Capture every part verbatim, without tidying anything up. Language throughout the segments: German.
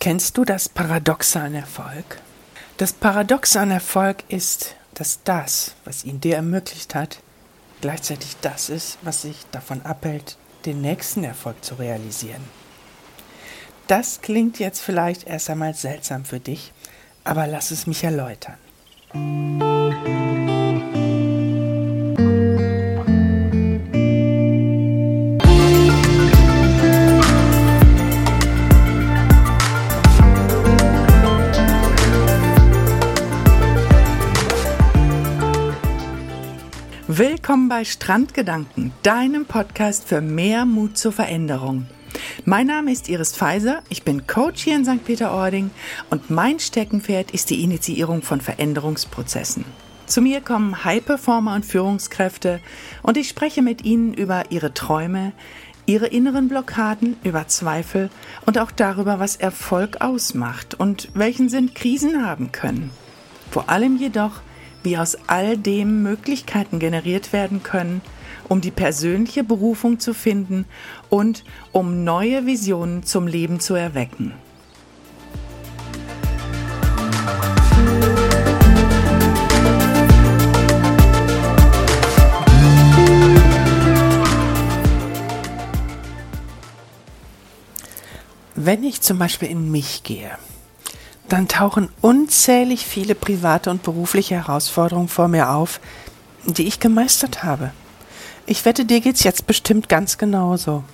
Kennst du das Paradoxe an Erfolg? Das Paradoxe an Erfolg ist, dass das, was ihn dir ermöglicht hat, gleichzeitig das ist, was sich davon abhält, den nächsten Erfolg zu realisieren. Das klingt jetzt vielleicht erst einmal seltsam für dich, aber lass es mich erläutern. Willkommen bei Strandgedanken, deinem Podcast für mehr Mut zur Veränderung. Mein Name ist Iris Feiser, ich bin Coach hier in Sankt Peter-Ording und mein Steckenpferd ist die Initiierung von Veränderungsprozessen. Zu mir kommen High-Performer und Führungskräfte und ich spreche mit ihnen über ihre Träume, ihre inneren Blockaden, über Zweifel und auch darüber, was Erfolg ausmacht und welchen Sinn Krisen haben können. Vor allem jedoch, wie aus all dem Möglichkeiten generiert werden können, um die persönliche Berufung zu finden und um neue Visionen zum Leben zu erwecken. Wenn ich zum Beispiel in mich gehe, dann tauchen unzählig viele private und berufliche Herausforderungen vor mir auf, die ich gemeistert habe. Ich wette, dir geht's jetzt bestimmt ganz genauso.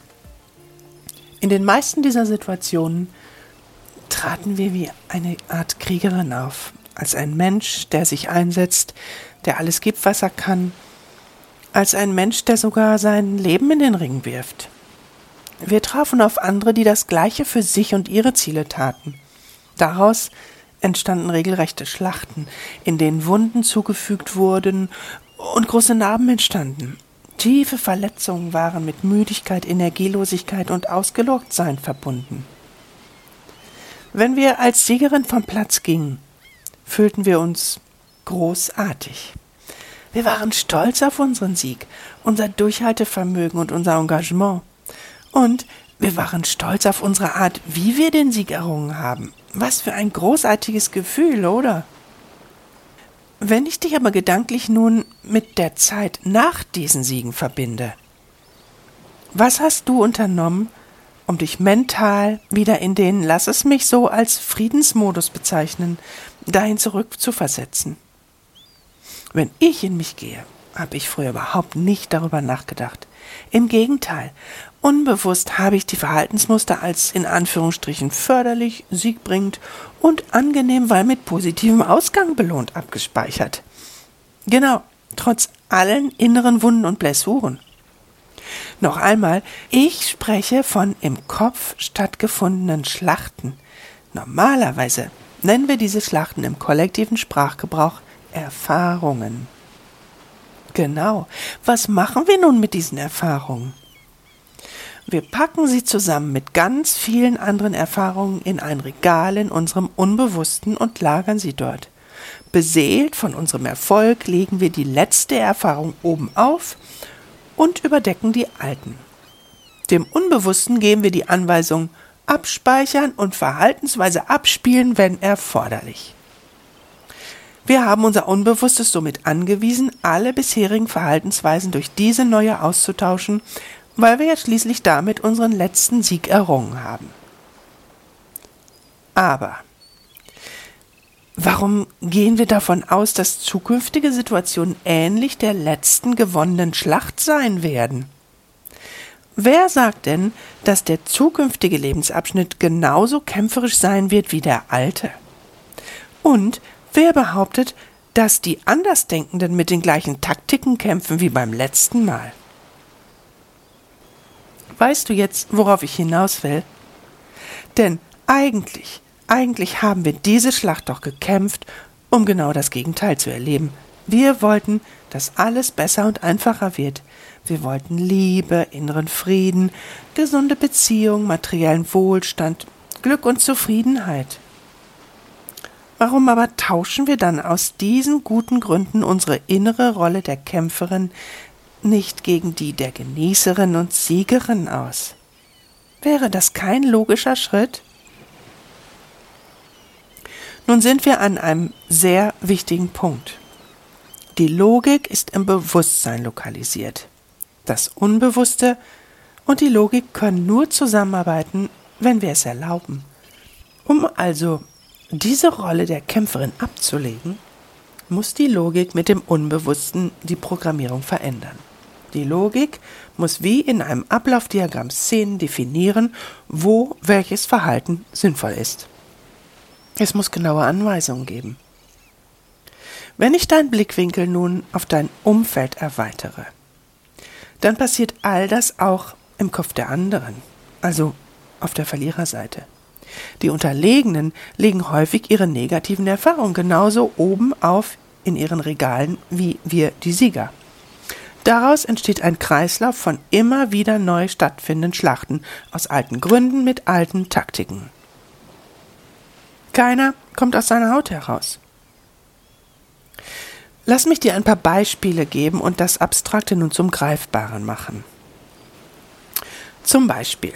In den meisten dieser Situationen traten wir wie eine Art Kriegerin auf, als ein Mensch, der sich einsetzt, der alles gibt, was er kann, als ein Mensch, der sogar sein Leben in den Ring wirft. Wir trafen auf andere, die das Gleiche für sich und ihre Ziele taten. Daraus entstanden regelrechte Schlachten, in denen Wunden zugefügt wurden und große Narben entstanden. Tiefe Verletzungen waren mit Müdigkeit, Energielosigkeit und Ausgelaugtsein verbunden. Wenn wir als Siegerin vom Platz gingen, fühlten wir uns großartig. Wir waren stolz auf unseren Sieg, unser Durchhaltevermögen und unser Engagement. Und wir waren stolz auf unsere Art, wie wir den Sieg errungen haben. Was für ein großartiges Gefühl, oder? Wenn ich dich aber gedanklich nun mit der Zeit nach diesen Siegen verbinde, was hast du unternommen, um dich mental wieder in den, lass es mich so als Friedensmodus bezeichnen, dahin zurückzuversetzen? Wenn ich in mich gehe, habe ich früher überhaupt nicht darüber nachgedacht. Im Gegenteil, unbewusst habe ich die Verhaltensmuster als in Anführungsstrichen förderlich, siegbringend und angenehm, weil mit positivem Ausgang belohnt abgespeichert. Genau, trotz allen inneren Wunden und Blessuren. Noch einmal, ich spreche von im Kopf stattgefundenen Schlachten. Normalerweise nennen wir diese Schlachten im kollektiven Sprachgebrauch Erfahrungen. Genau, was machen wir nun mit diesen Erfahrungen? Wir packen sie zusammen mit ganz vielen anderen Erfahrungen in ein Regal in unserem Unbewussten und lagern sie dort. Beseelt von unserem Erfolg legen wir die letzte Erfahrung oben auf und überdecken die alten. Dem Unbewussten geben wir die Anweisung abspeichern und verhaltensweise abspielen, wenn erforderlich. Wir haben unser Unbewusstes somit angewiesen, alle bisherigen Verhaltensweisen durch diese neue auszutauschen, weil wir ja schließlich damit unseren letzten Sieg errungen haben. Aber warum gehen wir davon aus, dass zukünftige Situationen ähnlich der letzten gewonnenen Schlacht sein werden? Wer sagt denn, dass der zukünftige Lebensabschnitt genauso kämpferisch sein wird wie der alte? Und wer behauptet, dass die Andersdenkenden mit den gleichen Taktiken kämpfen wie beim letzten Mal? Weißt du jetzt, worauf ich hinaus will? Denn eigentlich, eigentlich haben wir diese Schlacht doch gekämpft, um genau das Gegenteil zu erleben. Wir wollten, dass alles besser und einfacher wird. Wir wollten Liebe, inneren Frieden, gesunde Beziehungen, materiellen Wohlstand, Glück und Zufriedenheit. Warum aber tauschen wir dann aus diesen guten Gründen unsere innere Rolle der Kämpferin nicht gegen die der Genießerin und Siegerin aus? Wäre das kein logischer Schritt? Nun sind wir an einem sehr wichtigen Punkt. Die Logik ist im Bewusstsein lokalisiert. Das Unbewusste und die Logik können nur zusammenarbeiten, wenn wir es erlauben. Um also diese Rolle der Kämpferin abzulegen, muss die Logik mit dem Unbewussten die Programmierung verändern. Die Logik muss wie in einem Ablaufdiagramm Szenen definieren, wo welches Verhalten sinnvoll ist. Es muss genaue Anweisungen geben. Wenn ich deinen Blickwinkel nun auf dein Umfeld erweitere, dann passiert all das auch im Kopf der anderen, also auf der Verliererseite. Die Unterlegenen legen häufig ihre negativen Erfahrungen genauso oben auf in ihren Regalen wie wir die Sieger. Daraus entsteht ein Kreislauf von immer wieder neu stattfindenden Schlachten aus alten Gründen mit alten Taktiken. Keiner kommt aus seiner Haut heraus. Lass mich dir ein paar Beispiele geben und das Abstrakte nun zum Greifbaren machen. Zum Beispiel: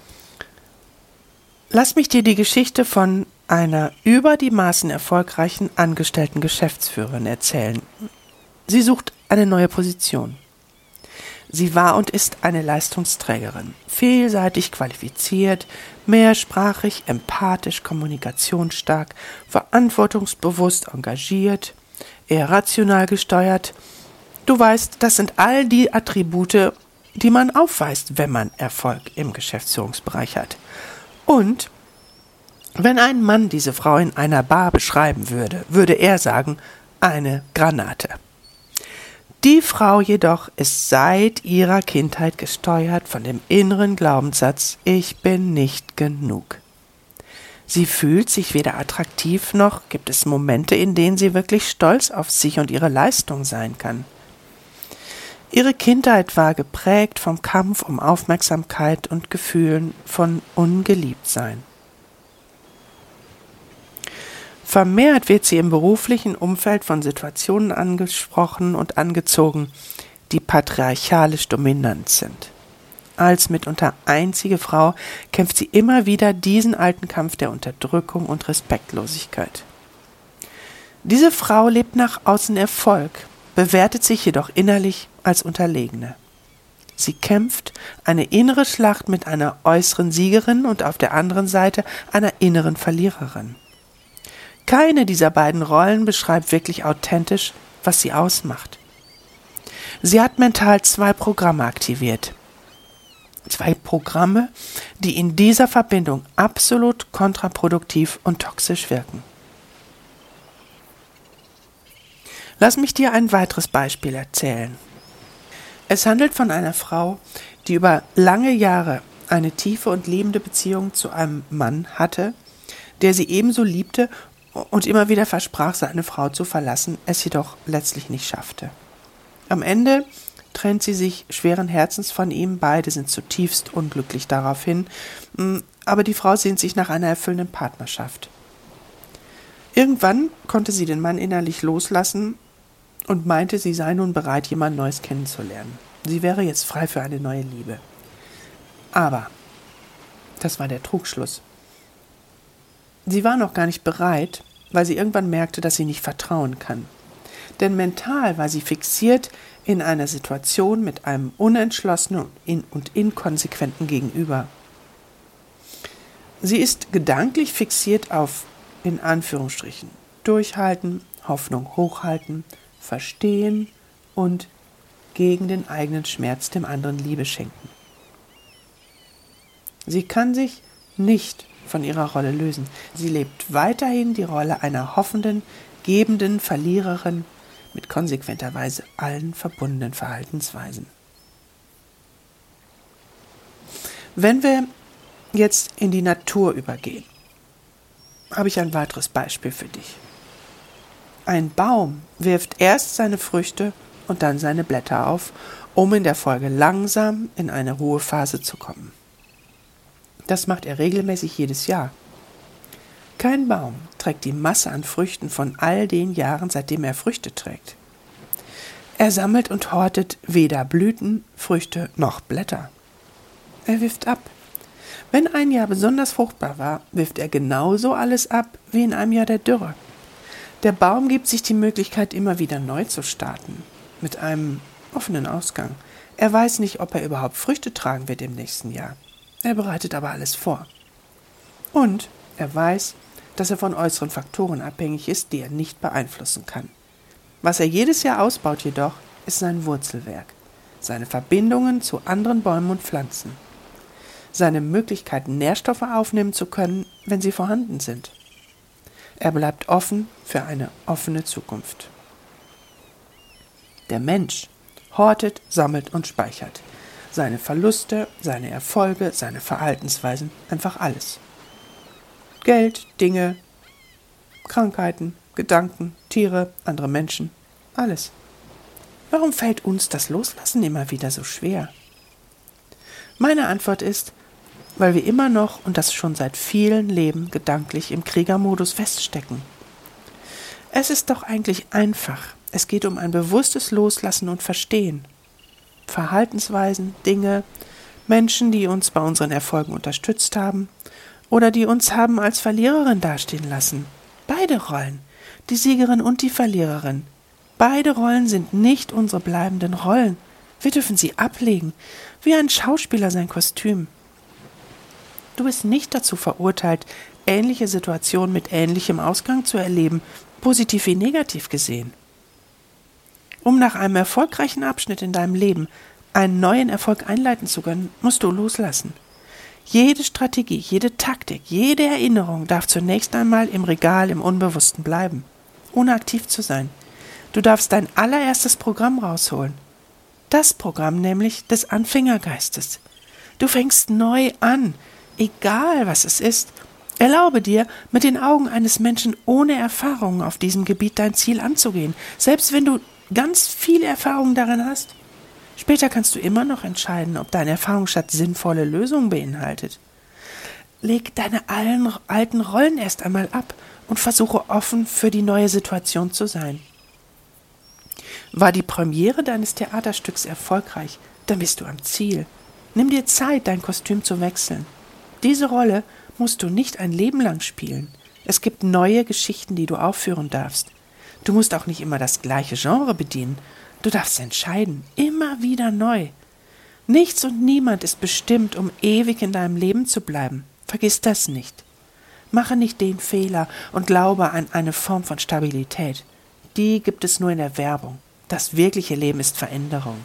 Lass mich dir die Geschichte von einer über die Maßen erfolgreichen angestellten Geschäftsführerin erzählen. Sie sucht eine neue Position. Sie war und ist eine Leistungsträgerin, vielseitig qualifiziert, mehrsprachig, empathisch, kommunikationsstark, verantwortungsbewusst, engagiert, eher rational gesteuert. Du weißt, das sind all die Attribute, die man aufweist, wenn man Erfolg im Geschäftsführungsbereich hat. Und wenn ein Mann diese Frau in einer Bar beschreiben würde, würde er sagen, eine Granate. Die Frau jedoch ist seit ihrer Kindheit gesteuert von dem inneren Glaubenssatz, ich bin nicht genug. Sie fühlt sich weder attraktiv noch gibt es Momente, in denen sie wirklich stolz auf sich und ihre Leistung sein kann. Ihre Kindheit war geprägt vom Kampf um Aufmerksamkeit und Gefühlen von Ungeliebtsein. Vermehrt wird sie im beruflichen Umfeld von Situationen angesprochen und angezogen, die patriarchalisch dominant sind. Als mitunter einzige Frau kämpft sie immer wieder diesen alten Kampf der Unterdrückung und Respektlosigkeit. Diese Frau lebt nach außen Erfolg, bewertet sich jedoch innerlich als Unterlegene. Sie kämpft eine innere Schlacht mit einer äußeren Siegerin und auf der anderen Seite einer inneren Verliererin. Keine dieser beiden Rollen beschreibt wirklich authentisch, was sie ausmacht. Sie hat mental zwei Programme aktiviert. Zwei Programme, die in dieser Verbindung absolut kontraproduktiv und toxisch wirken. Lass mich dir ein weiteres Beispiel erzählen. Es handelt von einer Frau, die über lange Jahre eine tiefe und lebende Beziehung zu einem Mann hatte, der sie ebenso liebte und immer wieder versprach, seine Frau zu verlassen, es jedoch letztlich nicht schaffte. Am Ende trennt sie sich schweren Herzens von ihm, beide sind zutiefst unglücklich daraufhin, aber die Frau sehnt sich nach einer erfüllenden Partnerschaft. Irgendwann konnte sie den Mann innerlich loslassen und meinte, sie sei nun bereit, jemand Neues kennenzulernen. Sie wäre jetzt frei für eine neue Liebe. Aber das war der Trugschluss. Sie war noch gar nicht bereit, weil sie irgendwann merkte, dass sie nicht vertrauen kann. Denn mental war sie fixiert in einer Situation mit einem unentschlossenen und inkonsequenten Gegenüber. Sie ist gedanklich fixiert auf, in Anführungsstrichen, durchhalten, Hoffnung hochhalten, verstehen und gegen den eigenen Schmerz dem anderen Liebe schenken. Sie kann sich nicht von ihrer Rolle lösen. Sie lebt weiterhin die Rolle einer hoffenden, gebenden Verliererin mit konsequenterweise allen verbundenen Verhaltensweisen. Wenn wir jetzt in die Natur übergehen, habe ich ein weiteres Beispiel für dich. Ein Baum wirft erst seine Früchte und dann seine Blätter auf, um in der Folge langsam in eine Ruhephase zu kommen. Das macht er regelmäßig jedes Jahr. Kein Baum trägt die Masse an Früchten von all den Jahren, seitdem er Früchte trägt. Er sammelt und hortet weder Blüten, Früchte noch Blätter. Er wirft ab. Wenn ein Jahr besonders fruchtbar war, wirft er genauso alles ab wie in einem Jahr der Dürre. Der Baum gibt sich die Möglichkeit, immer wieder neu zu starten, mit einem offenen Ausgang. Er weiß nicht, ob er überhaupt Früchte tragen wird im nächsten Jahr. Er bereitet aber alles vor. Und er weiß, dass er von äußeren Faktoren abhängig ist, die er nicht beeinflussen kann. Was er jedes Jahr ausbaut jedoch, ist sein Wurzelwerk, seine Verbindungen zu anderen Bäumen und Pflanzen, seine Möglichkeit, Nährstoffe aufnehmen zu können, wenn sie vorhanden sind. Er bleibt offen für eine offene Zukunft. Der Mensch hortet, sammelt und speichert. Seine Verluste, seine Erfolge, seine Verhaltensweisen, einfach alles. Geld, Dinge, Krankheiten, Gedanken, Tiere, andere Menschen, alles. Warum fällt uns das Loslassen immer wieder so schwer? Meine Antwort ist, weil wir immer noch, und das schon seit vielen Leben, gedanklich im Kriegermodus feststecken. Es ist doch eigentlich einfach. Es geht um ein bewusstes Loslassen und Verstehen. Verhaltensweisen, Dinge, Menschen, die uns bei unseren Erfolgen unterstützt haben oder die uns haben als Verliererin dastehen lassen. Beide Rollen, die Siegerin und die Verliererin. Beide Rollen sind nicht unsere bleibenden Rollen. Wir dürfen sie ablegen, wie ein Schauspieler sein Kostüm. Du bist nicht dazu verurteilt, ähnliche Situationen mit ähnlichem Ausgang zu erleben, positiv wie negativ gesehen. Um nach einem erfolgreichen Abschnitt in deinem Leben einen neuen Erfolg einleiten zu können, musst du loslassen. Jede Strategie, jede Taktik, jede Erinnerung darf zunächst einmal im Regal im Unbewussten bleiben, ohne aktiv zu sein. Du darfst dein allererstes Programm rausholen. Das Programm nämlich des Anfängergeistes. Du fängst neu an, egal was es ist. Erlaube dir, mit den Augen eines Menschen ohne Erfahrung auf diesem Gebiet dein Ziel anzugehen, selbst wenn du ganz viel Erfahrung darin hast. Später kannst du immer noch entscheiden, ob dein Erfahrungsschatz sinnvolle Lösungen beinhaltet. Leg deine allen, alten Rollen erst einmal ab und versuche offen für die neue Situation zu sein. War die Premiere deines Theaterstücks erfolgreich, dann bist du am Ziel. Nimm dir Zeit, dein Kostüm zu wechseln. Diese Rolle musst du nicht ein Leben lang spielen. Es gibt neue Geschichten, die du aufführen darfst. Du musst auch nicht immer das gleiche Genre bedienen. Du darfst entscheiden, immer wieder neu. Nichts und niemand ist bestimmt, um ewig in deinem Leben zu bleiben. Vergiss das nicht. Mache nicht den Fehler und glaube an eine Form von Stabilität. Die gibt es nur in der Werbung. Das wirkliche Leben ist Veränderung.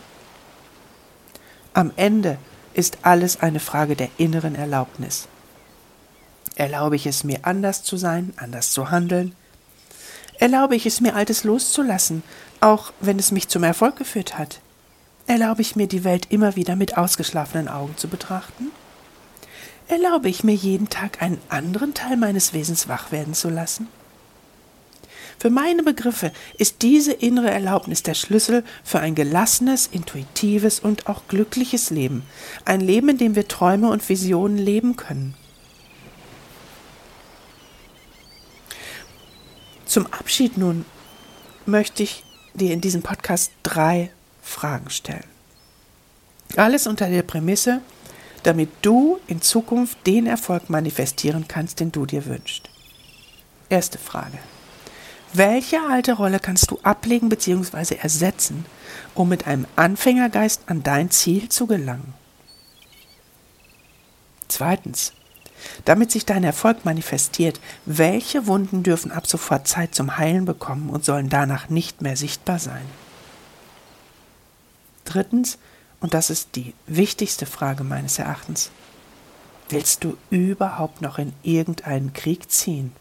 Am Ende ist alles eine Frage der inneren Erlaubnis. Erlaube ich es mir, anders zu sein, anders zu handeln? Erlaube ich es mir, Altes loszulassen, auch wenn es mich zum Erfolg geführt hat? Erlaube ich mir, die Welt immer wieder mit ausgeschlafenen Augen zu betrachten? Erlaube ich mir, jeden Tag einen anderen Teil meines Wesens wach werden zu lassen? Für meine Begriffe ist diese innere Erlaubnis der Schlüssel für ein gelassenes, intuitives und auch glückliches Leben. Ein Leben, in dem wir Träume und Visionen leben können. Zum Abschied nun möchte ich dir in diesem Podcast drei Fragen stellen. Alles unter der Prämisse, damit du in Zukunft den Erfolg manifestieren kannst, den du dir wünschst. Erste Frage. Welche alte Rolle kannst du ablegen bzw. ersetzen, um mit einem Anfängergeist an dein Ziel zu gelangen? Zweitens. Damit sich dein Erfolg manifestiert, welche Wunden dürfen ab sofort Zeit zum Heilen bekommen und sollen danach nicht mehr sichtbar sein? Drittens, und das ist die wichtigste Frage meines Erachtens, willst du überhaupt noch in irgendeinen Krieg ziehen?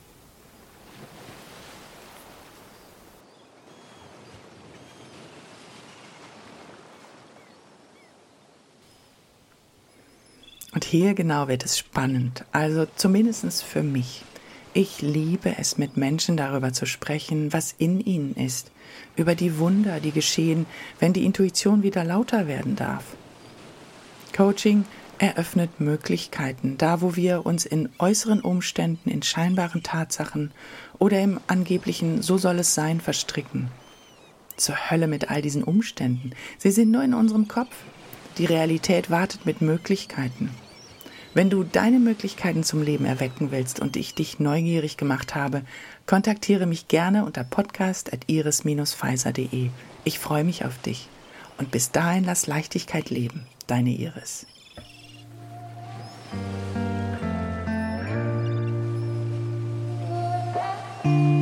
Und hier genau wird es spannend, also zumindest für mich. Ich liebe es, mit Menschen darüber zu sprechen, was in ihnen ist, über die Wunder, die geschehen, wenn die Intuition wieder lauter werden darf. Coaching eröffnet Möglichkeiten, da wo wir uns in äußeren Umständen, in scheinbaren Tatsachen oder im angeblichen "so soll es sein" verstricken. Zur Hölle mit all diesen Umständen, sie sind nur in unserem Kopf. Die Realität wartet mit Möglichkeiten. Wenn du deine Möglichkeiten zum Leben erwecken willst und ich dich neugierig gemacht habe, kontaktiere mich gerne unter podcast at iris dash pfizer punkt de. Ich freue mich auf dich. Und bis dahin lass Leichtigkeit leben. Deine Iris. Thank you.